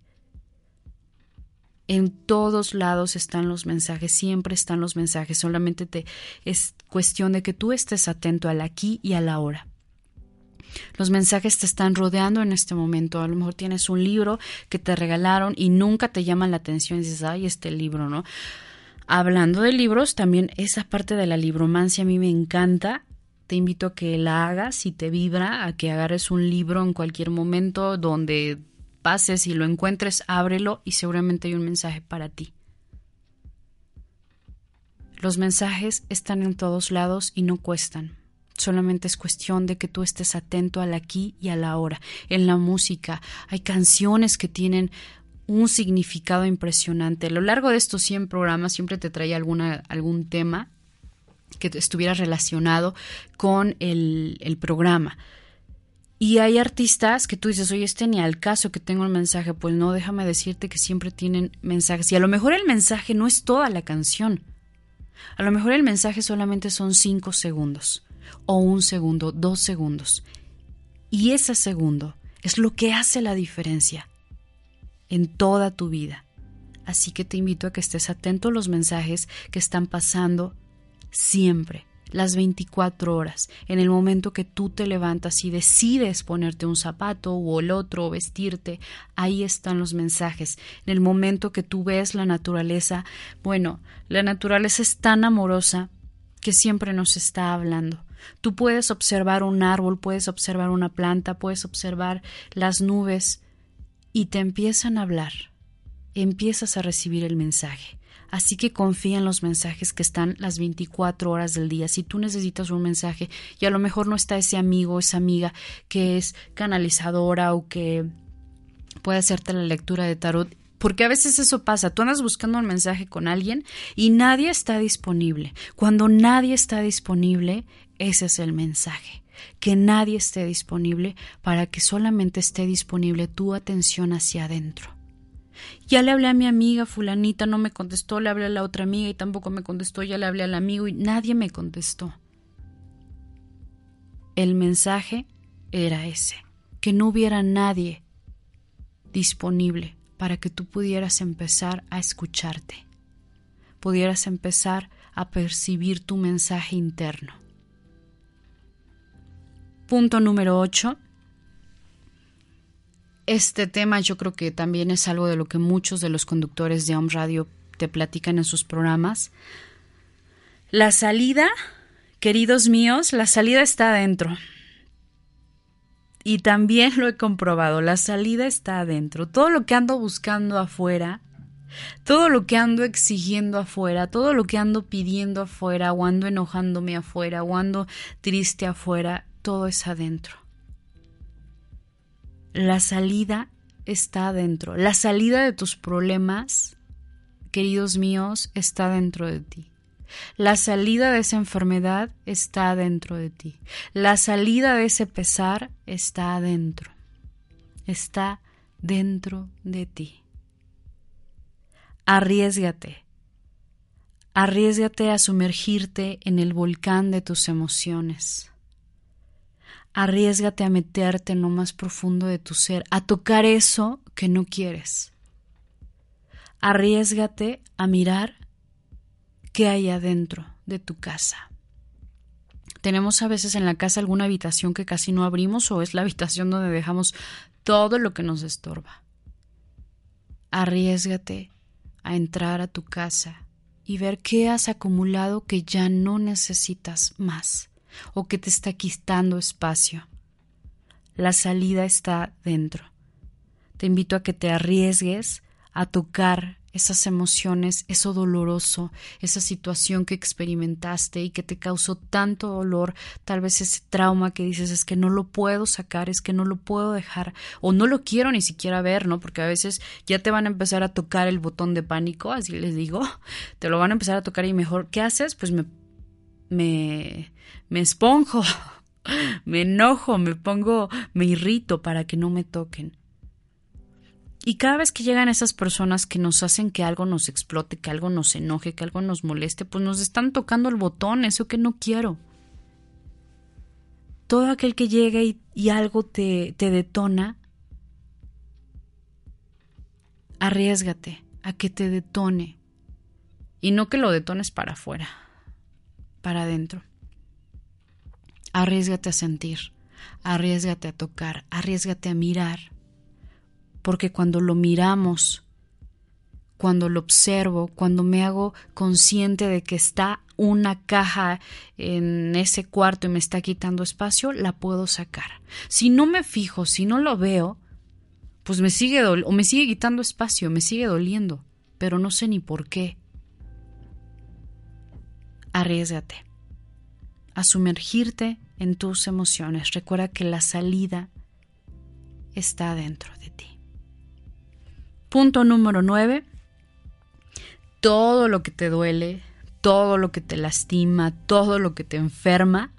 En todos lados están los mensajes, siempre están los mensajes. Solamente te, es cuestión de que tú estés atento al aquí y a la ahora. Los mensajes te están rodeando en este momento. A lo mejor tienes un libro que te regalaron y nunca te llaman la atención y dices, ay, este libro, ¿no? Hablando de libros, también esa parte de la libromancia a mí me encanta. Te invito a que la hagas y te vibra, a que agarres un libro en cualquier momento donde pases y lo encuentres, ábrelo y seguramente hay un mensaje para ti. Los mensajes están en todos lados y no cuestan. Solamente es cuestión de que tú estés atento al aquí y a la ahora. En la música hay canciones que tienen un significado impresionante. A lo largo de estos cien programas siempre te traía alguna, algún tema que estuviera relacionado con el, el programa. Y hay artistas que tú dices, oye, este ni al caso que tengo el mensaje. Pues no, déjame decirte que siempre tienen mensajes. Y a lo mejor el mensaje no es toda la canción. A lo mejor el mensaje solamente son cinco segundos. O un segundo, dos segundos. Y ese segundo es lo que hace la diferencia en toda tu vida. Así que te invito a que estés atento a los mensajes que están pasando siempre, las veinticuatro horas. En el momento que tú te levantas y decides ponerte un zapato o el otro o vestirte, ahí están los mensajes. En el momento que tú ves la naturaleza, bueno, la naturaleza es tan amorosa que siempre nos está hablando. Tú puedes observar un árbol, puedes observar una planta, puedes observar las nubes y te empiezan a hablar. empiezas a recibir el mensaje. Así que confía en los mensajes que están las veinticuatro horas del día. Si tú necesitas un mensaje y a lo mejor no está ese amigo o esa amiga que es canalizadora o que puede hacerte la lectura de tarot, porque a veces eso pasa, tú andas buscando un mensaje con alguien y nadie está disponible. Cuando nadie está disponible, ese es el mensaje, que nadie esté disponible para que solamente esté disponible tu atención hacia adentro. Ya le hablé a mi amiga fulanita, no me contestó, le hablé a la otra amiga y tampoco me contestó, ya le hablé al amigo y nadie me contestó. El mensaje era ese, que no hubiera nadie disponible para que tú pudieras empezar a escucharte, pudieras empezar a percibir tu mensaje interno. Punto número ocho. Este tema yo creo que también es algo de lo que muchos de los conductores de Om Radio te platican en sus programas. La salida, queridos míos, la salida está adentro. Y también lo he comprobado, la salida está adentro. Todo lo que ando buscando afuera, todo lo que ando exigiendo afuera, todo lo que ando pidiendo afuera, o ando enojándome afuera, o ando triste afuera, todo es adentro. La salida está adentro. La salida de tus problemas, queridos míos, está dentro de ti. La salida de esa enfermedad está dentro de ti. La salida de ese pesar está adentro. Está dentro de ti. Arriésgate. Arriésgate a sumergirte en el volcán de tus emociones. Arriésgate a meterte en lo más profundo de tu ser, a tocar eso que no quieres. Arriésgate a mirar qué hay adentro de tu casa. Tenemos a veces en la casa alguna habitación que casi no abrimos o es la habitación donde dejamos todo lo que nos estorba. Arriésgate a entrar a tu casa y ver qué has acumulado que ya no necesitas más o que te está quitando espacio. La salida está dentro. Te invito a que te arriesgues a tocar esas emociones, eso doloroso, esa situación que experimentaste y que te causó tanto dolor, tal vez ese trauma que dices es que no lo puedo sacar, es que no lo puedo dejar o no lo quiero ni siquiera ver, ¿no? Porque a veces ya te van a empezar a tocar el botón de pánico, así les digo, te lo van a empezar a tocar y mejor, ¿qué haces? Pues me me, me esponjo, me enojo, me pongo, me irrito para que no me toquen. Y cada vez que llegan esas personas que nos hacen que algo nos explote, que algo nos enoje, que algo nos moleste, pues nos están tocando el botón, eso que no quiero. Todo aquel que llega y, y algo te, te detona, arriésgate a que te detone. Y no que lo detones para afuera, para adentro. Arriésgate a sentir, arriésgate a tocar, arriésgate a mirar. Porque cuando lo miramos, cuando lo observo, cuando me hago consciente de que está una caja en ese cuarto y me está quitando espacio, la puedo sacar. Si no me fijo, si no lo veo, pues me sigue dol- o me sigue quitando espacio, me sigue doliendo, pero no sé ni por qué. Arriésgate a sumergirte en tus emociones. Recuerda que la salida está dentro de ti. Punto número nueve. Todo lo que te duele, todo lo que te lastima, todo lo que te enferma,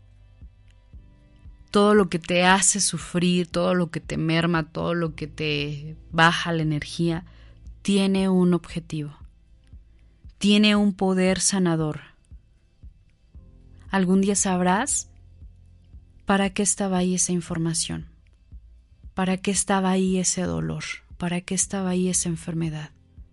todo lo que te hace sufrir, todo lo que te merma, todo lo que te baja la energía, tiene un objetivo. Tiene un poder sanador. Algún día sabrás para qué estaba ahí esa información, para qué estaba ahí ese dolor, para qué estaba ahí esa enfermedad.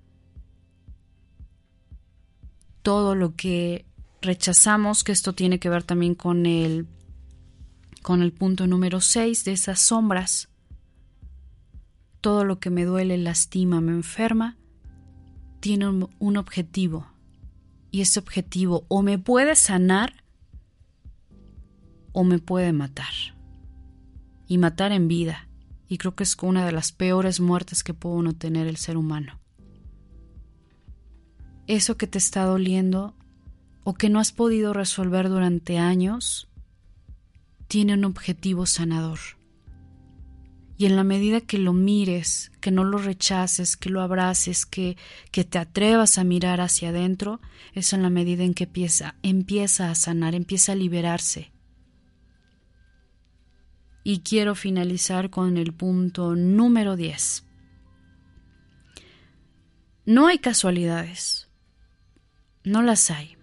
Todo lo que rechazamos, que esto tiene que ver también con el, con el punto número seis de esas sombras. Todo lo que me duele, lastima, me enferma, tiene un, un objetivo. Y ese objetivo o me puede sanar o me puede matar. Y matar en vida. Y creo que es una de las peores muertes que puede uno tener el ser humano. eso que te está doliendo o que no has podido resolver durante años tiene un objetivo sanador. Y en la medida que lo mires, que no lo rechaces, que lo abraces, que, que te atrevas a mirar hacia adentro, es en la medida en que empieza, empieza a sanar, empieza a liberarse. Y quiero finalizar con el punto número diez. No hay casualidades. No las hay.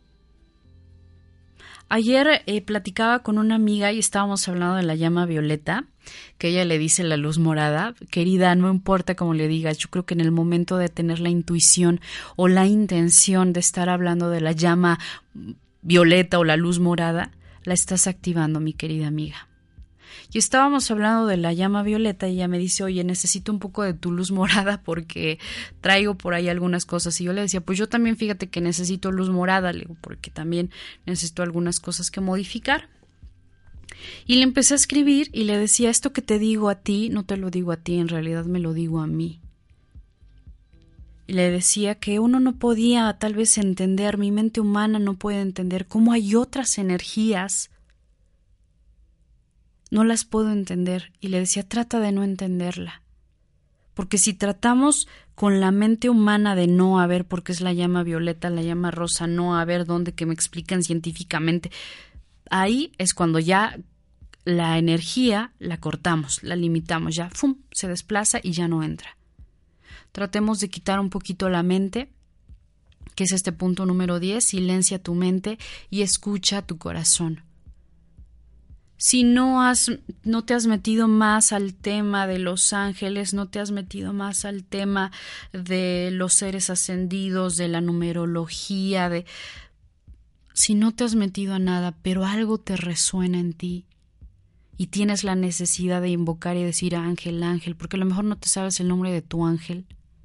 Ayer eh, platicaba con una amiga y estábamos hablando de la llama violeta, que ella le dice la luz morada. Querida, no importa cómo le digas, yo creo que en el momento de tener la intuición o la intención de estar hablando de la llama violeta o la luz morada, la estás activando, mi querida amiga. Y estábamos hablando de la llama violeta y ella me dice, oye, necesito un poco de tu luz morada porque traigo por ahí algunas cosas. Y yo le decía, pues yo también fíjate que necesito luz morada, le digo, porque también necesito algunas cosas que modificar. Y le empecé a escribir y le decía, esto que te digo a ti, no te lo digo a ti, en realidad me lo digo a mí. Y le decía que uno no podía tal vez entender, mi mente humana no puede entender cómo hay otras energías. No las puedo entender. Y le decía, trata de no entenderla. Porque si tratamos con la mente humana de no a ver por qué es la llama violeta, la llama rosa, no a ver dónde que me explican científicamente, ahí es cuando ya la energía la cortamos, la limitamos, ya ¡fum!, se desplaza y ya no entra. Tratemos de quitar un poquito la mente, que es este punto número diez, silencia tu mente y escucha tu corazón. Si no has, no te has metido más al tema de los ángeles, no te has metido más al tema de los seres ascendidos, de la numerología, de si no te has metido a nada, pero algo te resuena en ti y tienes la necesidad de invocar y decir ángel, ángel, porque a lo mejor no te sabes el nombre de tu ángel,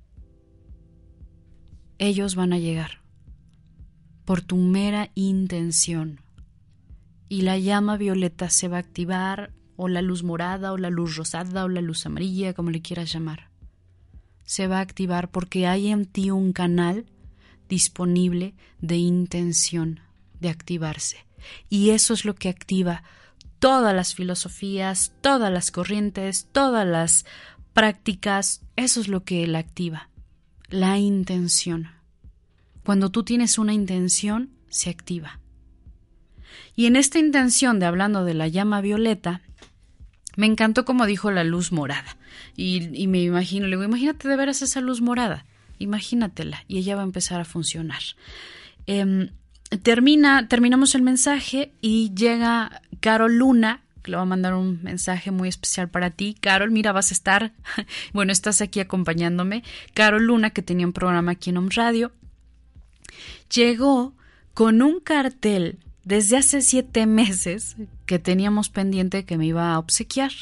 ellos van a llegar por tu mera intención. Y la llama violeta se va a activar, o la luz morada, o la luz rosada, o la luz amarilla, como le quieras llamar. Se va a activar porque hay en ti un canal disponible de intención de activarse. Y eso es lo que activa todas las filosofías, todas las corrientes, todas las prácticas. Eso es lo que la activa, la intención. Cuando tú tienes una intención, se activa. Y en esta intención de hablando de la llama violeta, me encantó como dijo la luz morada. Y, y me imagino, le digo, imagínate de veras esa luz morada, imagínatela, y ella va a empezar a funcionar. Eh, termina, terminamos el mensaje y llega Carol Luna, que le va a mandar un mensaje muy especial para ti. Carol, mira, vas a estar, bueno, estás aquí acompañándome. Carol Luna, que tenía un programa aquí en Om Radio, llegó con un cartel desde hace siete meses que teníamos pendiente que me iba a obsequiar.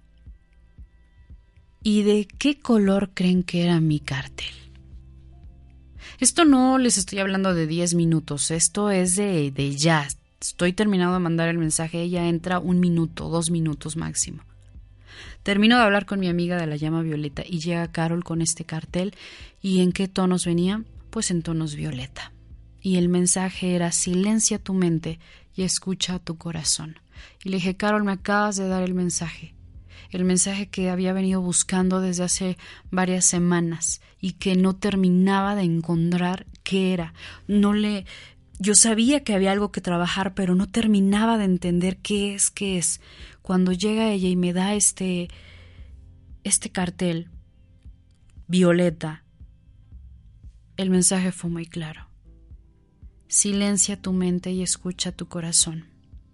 ¿Y de qué color creen que era mi cartel? Esto no les estoy hablando de diez minutos, esto es de, de ya. Estoy terminando de mandar el mensaje, ella entra un minuto, dos minutos máximo. Termino de hablar con mi amiga de la llama violeta y llega Carol con este cartel. ¿Y en qué tonos venía? Pues en tonos violeta. Y el mensaje era, silencia tu mente y escucha tu corazón. Y le dije, Carol, me acabas de dar el mensaje. El mensaje que había venido buscando desde hace varias semanas y que no terminaba de encontrar qué era. No le, yo sabía que había algo que trabajar, pero no terminaba de entender qué es, qué es. Cuando llega ella y me da este, este cartel violeta, el mensaje fue muy claro. Silencia tu mente y escucha tu corazón.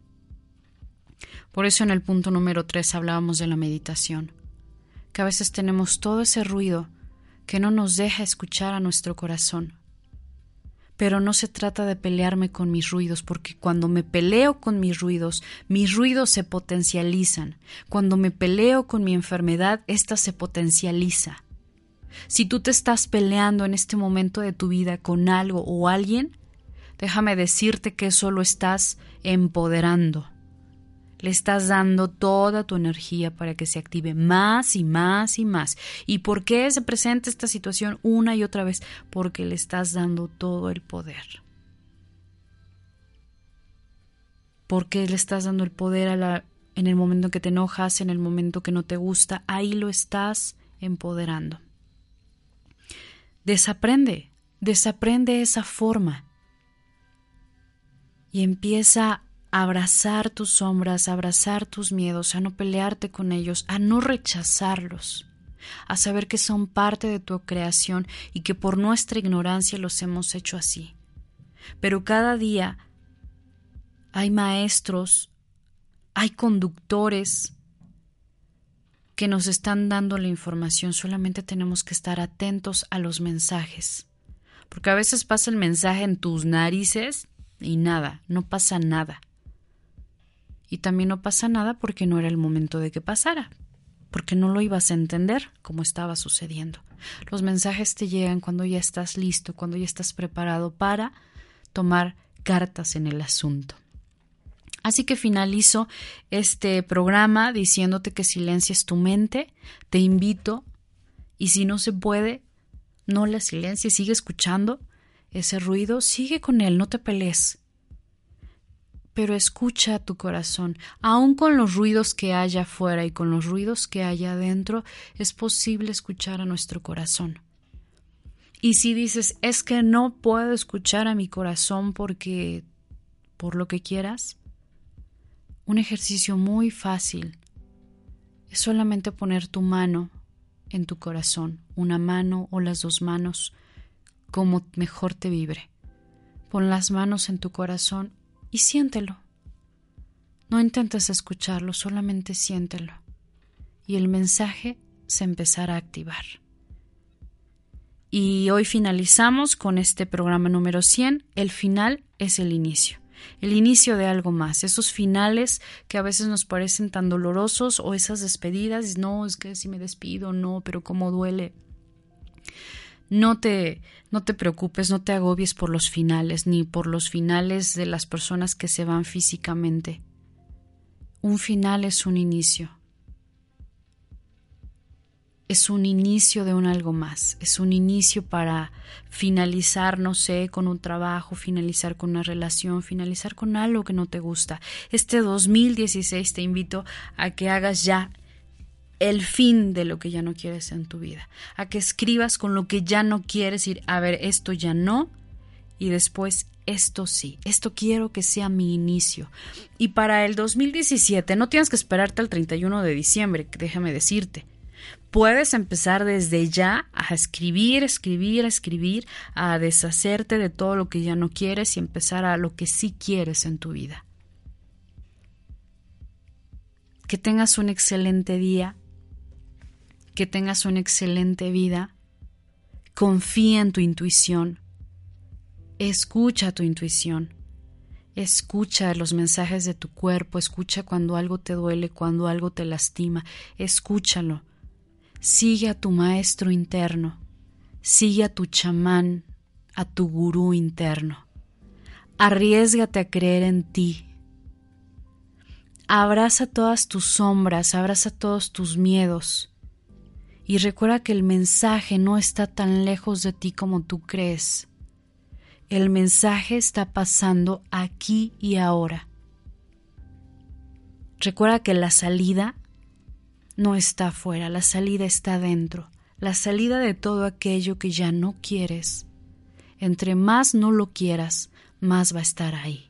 Por eso en el punto número tres hablábamos de la meditación, que a veces tenemos todo ese ruido que no nos deja escuchar a nuestro corazón. Pero no se trata de pelearme con mis ruidos, porque cuando me peleo con mis ruidos, mis ruidos se potencializan. Cuando me peleo con mi enfermedad, ésta se potencializa. Si tú te estás peleando en este momento de tu vida con algo o alguien, déjame decirte que eso lo estás empoderando. Le estás dando toda tu energía para que se active más y más y más. ¿Y por qué se presenta esta situación una y otra vez? Porque le estás dando todo el poder. Porque le estás dando el poder a la, en el momento que te enojas, en el momento que no te gusta, ahí lo estás empoderando. Desaprende, desaprende esa forma y empieza a abrazar tus sombras, a abrazar tus miedos, a no pelearte con ellos, a no rechazarlos, a saber que son parte de tu creación y que por nuestra ignorancia los hemos hecho así. Pero cada día hay maestros, hay conductores que nos están dando la información, solamente tenemos que estar atentos a los mensajes, porque a veces pasa el mensaje en tus narices y nada, no pasa nada. Y también no pasa nada porque no era el momento de que pasara, porque no lo ibas a entender como estaba sucediendo. Los mensajes te llegan cuando ya estás listo, cuando ya estás preparado para tomar cartas en el asunto. Así que finalizo este programa diciéndote que silencies tu mente. Te invito, y si no se puede, no la silencies, sigue escuchando ese ruido, sigue con él, no te pelees. Pero escucha tu corazón. Aún con los ruidos que haya afuera y con los ruidos que haya adentro, es posible escuchar a nuestro corazón. Y si dices, es que no puedo escuchar a mi corazón porque, por lo que quieras, un ejercicio muy fácil es solamente poner tu mano en tu corazón, una mano o las dos manos, como mejor te vibre. Pon las manos en tu corazón y siéntelo. No intentes escucharlo, solamente siéntelo. Y el mensaje se empezará a activar. Y hoy finalizamos con este programa número cien. El final es el inicio. El inicio de algo más, esos finales que a veces nos parecen tan dolorosos o esas despedidas, no, es que si me despido, no, pero cómo duele. No te, no te preocupes, no te agobies por los finales, ni por los finales de las personas que se van físicamente. Un final es un inicio. Es un inicio de un algo más, es un inicio para finalizar, no sé, con un trabajo, finalizar con una relación, finalizar con algo que no te gusta. Este dos mil dieciséis te invito a que hagas ya el fin de lo que ya no quieres en tu vida, a que escribas con lo que ya no quieres ir, a ver, esto ya no, y después esto sí, esto quiero que sea mi inicio. Y para el dos mil diecisiete no tienes que esperarte al treinta y uno de diciembre, déjame decirte. Puedes empezar desde ya a escribir, escribir, escribir, a deshacerte de todo lo que ya no quieres y empezar a lo que sí quieres en tu vida. Que tengas un excelente día, que tengas una excelente vida. Confía en tu intuición, escucha tu intuición, escucha los mensajes de tu cuerpo, escucha cuando algo te duele, cuando algo te lastima, escúchalo. Sigue a tu maestro interno, sigue a tu chamán, a tu gurú interno. Arriésgate a creer en ti. Abraza todas tus sombras, abraza todos tus miedos. Y recuerda que el mensaje no está tan lejos de ti como tú crees. El mensaje está pasando aquí y ahora. Recuerda que la salida no está afuera, la salida está dentro, la salida de todo aquello que ya no quieres. Entre más no lo quieras, más va a estar ahí.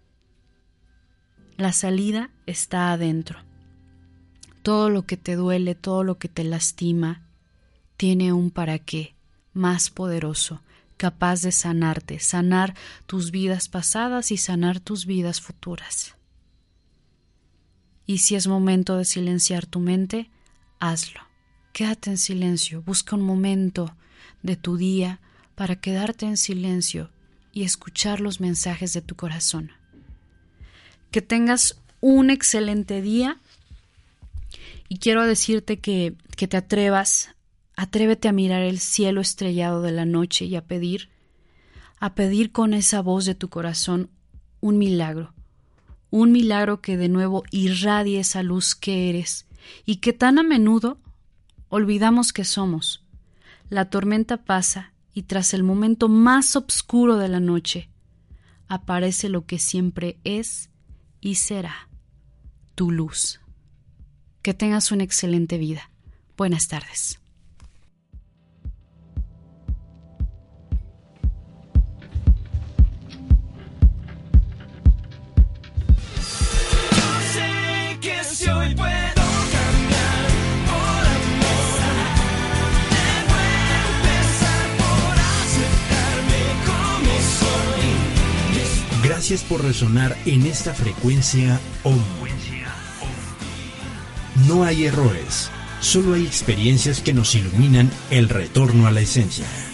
La salida está adentro. Todo lo que te duele, todo lo que te lastima, tiene un para qué más poderoso, capaz de sanarte, sanar tus vidas pasadas y sanar tus vidas futuras. Y si es momento de silenciar tu mente, hazlo. Quédate en silencio, busca un momento de tu día para quedarte en silencio y escuchar los mensajes de tu corazón. Que tengas un excelente día y quiero decirte que, que te atrevas, atrévete a mirar el cielo estrellado de la noche y a pedir, a pedir con esa voz de tu corazón un milagro. un milagro que de nuevo irradie esa luz que eres y que tan a menudo olvidamos que somos. La tormenta pasa y tras el momento más oscuro de la noche aparece lo que siempre es y será, tu luz. Que tengas una excelente vida. Buenas tardes. Sé que si hoy puedo cambiar por amor, debo empezar por aceptarme como soy. Gracias por resonar en esta frecuencia Om. No hay errores, solo hay experiencias que nos iluminan el retorno a la esencia.